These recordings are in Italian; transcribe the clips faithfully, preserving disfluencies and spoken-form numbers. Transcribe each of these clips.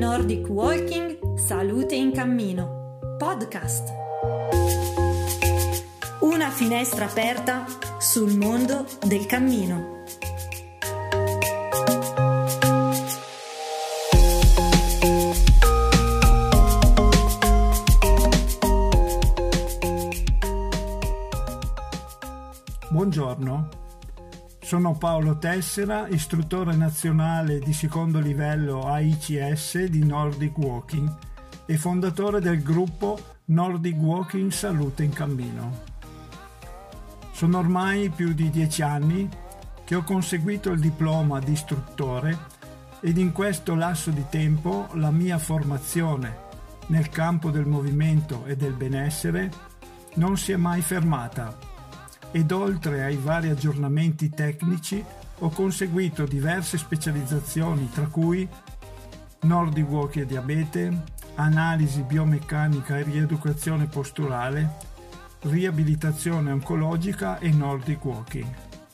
Nordic Walking, Salute in Cammino, podcast. Una finestra aperta sul mondo del cammino. Buongiorno, sono Paolo Tessera, istruttore nazionale di secondo livello A I C S di Nordic Walking e fondatore del gruppo Nordic Walking Salute in Cammino. Sono ormai più di dieci anni che ho conseguito il diploma di istruttore ed in questo lasso di tempo la mia formazione nel campo del movimento e del benessere non si è mai fermata. Ed oltre ai vari aggiornamenti tecnici ho conseguito diverse specializzazioni, tra cui Nordic Walking e diabete, analisi biomeccanica e rieducazione posturale, riabilitazione oncologica e Nordic Walking.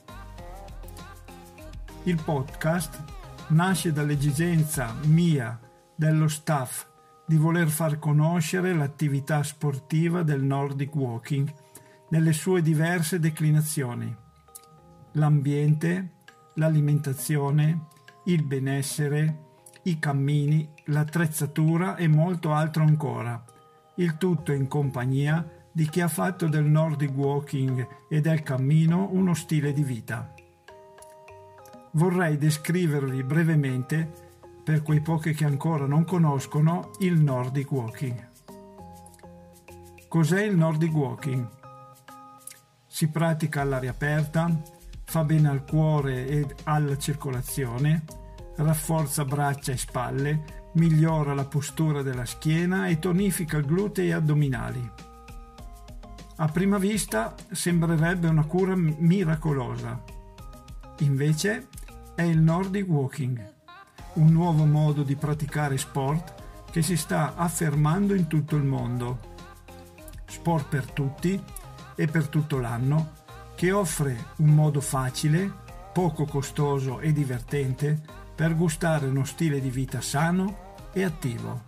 Il podcast nasce dall'esigenza mia, dello staff, di voler far conoscere l'attività sportiva del Nordic Walking nelle sue diverse declinazioni: l'ambiente, l'alimentazione, il benessere, i cammini, l'attrezzatura e molto altro ancora, il tutto in compagnia di chi ha fatto del Nordic Walking e del cammino uno stile di vita. Vorrei descrivervi brevemente, per quei pochi che ancora non conoscono, il Nordic Walking. Cos'è il Nordic Walking? Si pratica all'aria aperta, fa bene al cuore e alla circolazione, rafforza braccia e spalle, migliora la postura della schiena e tonifica glutei e addominali. A prima vista sembrerebbe una cura miracolosa. Invece è il Nordic Walking, un nuovo modo di praticare sport che si sta affermando in tutto il mondo. Sport per tutti e per tutto l'anno, che offre un modo facile, poco costoso e divertente per gustare uno stile di vita sano e attivo.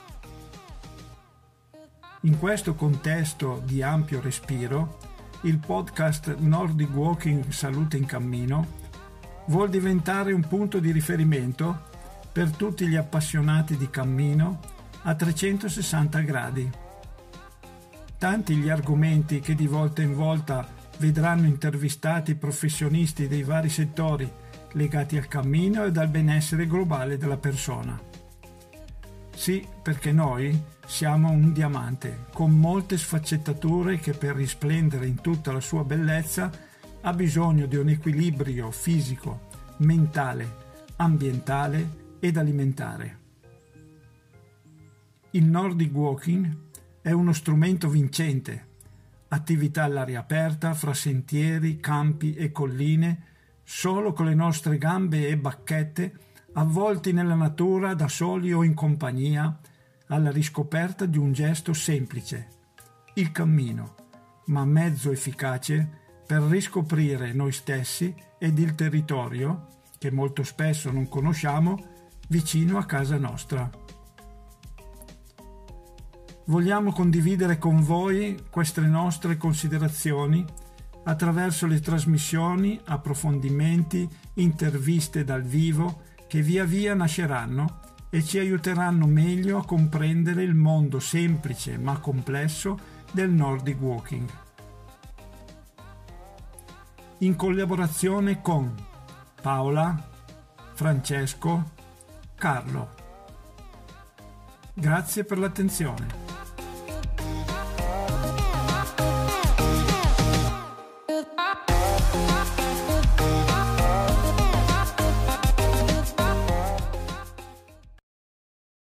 In questo contesto di ampio respiro, il podcast Nordic Walking Salute in Cammino vuol diventare un punto di riferimento per tutti gli appassionati di cammino a trecentosessanta gradi. Tanti gli argomenti che di volta in volta vedranno intervistati professionisti dei vari settori legati al cammino e al benessere globale della persona. Sì, perché noi siamo un diamante con molte sfaccettature che per risplendere in tutta la sua bellezza ha bisogno di un equilibrio fisico, mentale, ambientale ed alimentare. Il Nordic Walking è uno strumento vincente, attività all'aria aperta fra sentieri, campi e colline, solo con le nostre gambe e bacchette, avvolti nella natura da soli o in compagnia, alla riscoperta di un gesto semplice, il cammino, ma mezzo efficace per riscoprire noi stessi ed il territorio, che molto spesso non conosciamo, vicino a casa nostra. Vogliamo condividere con voi queste nostre considerazioni attraverso le trasmissioni, approfondimenti, interviste dal vivo che via via nasceranno e ci aiuteranno meglio a comprendere il mondo semplice ma complesso del Nordic Walking. In collaborazione con Paola, Francesco, Carlo. Grazie per l'attenzione.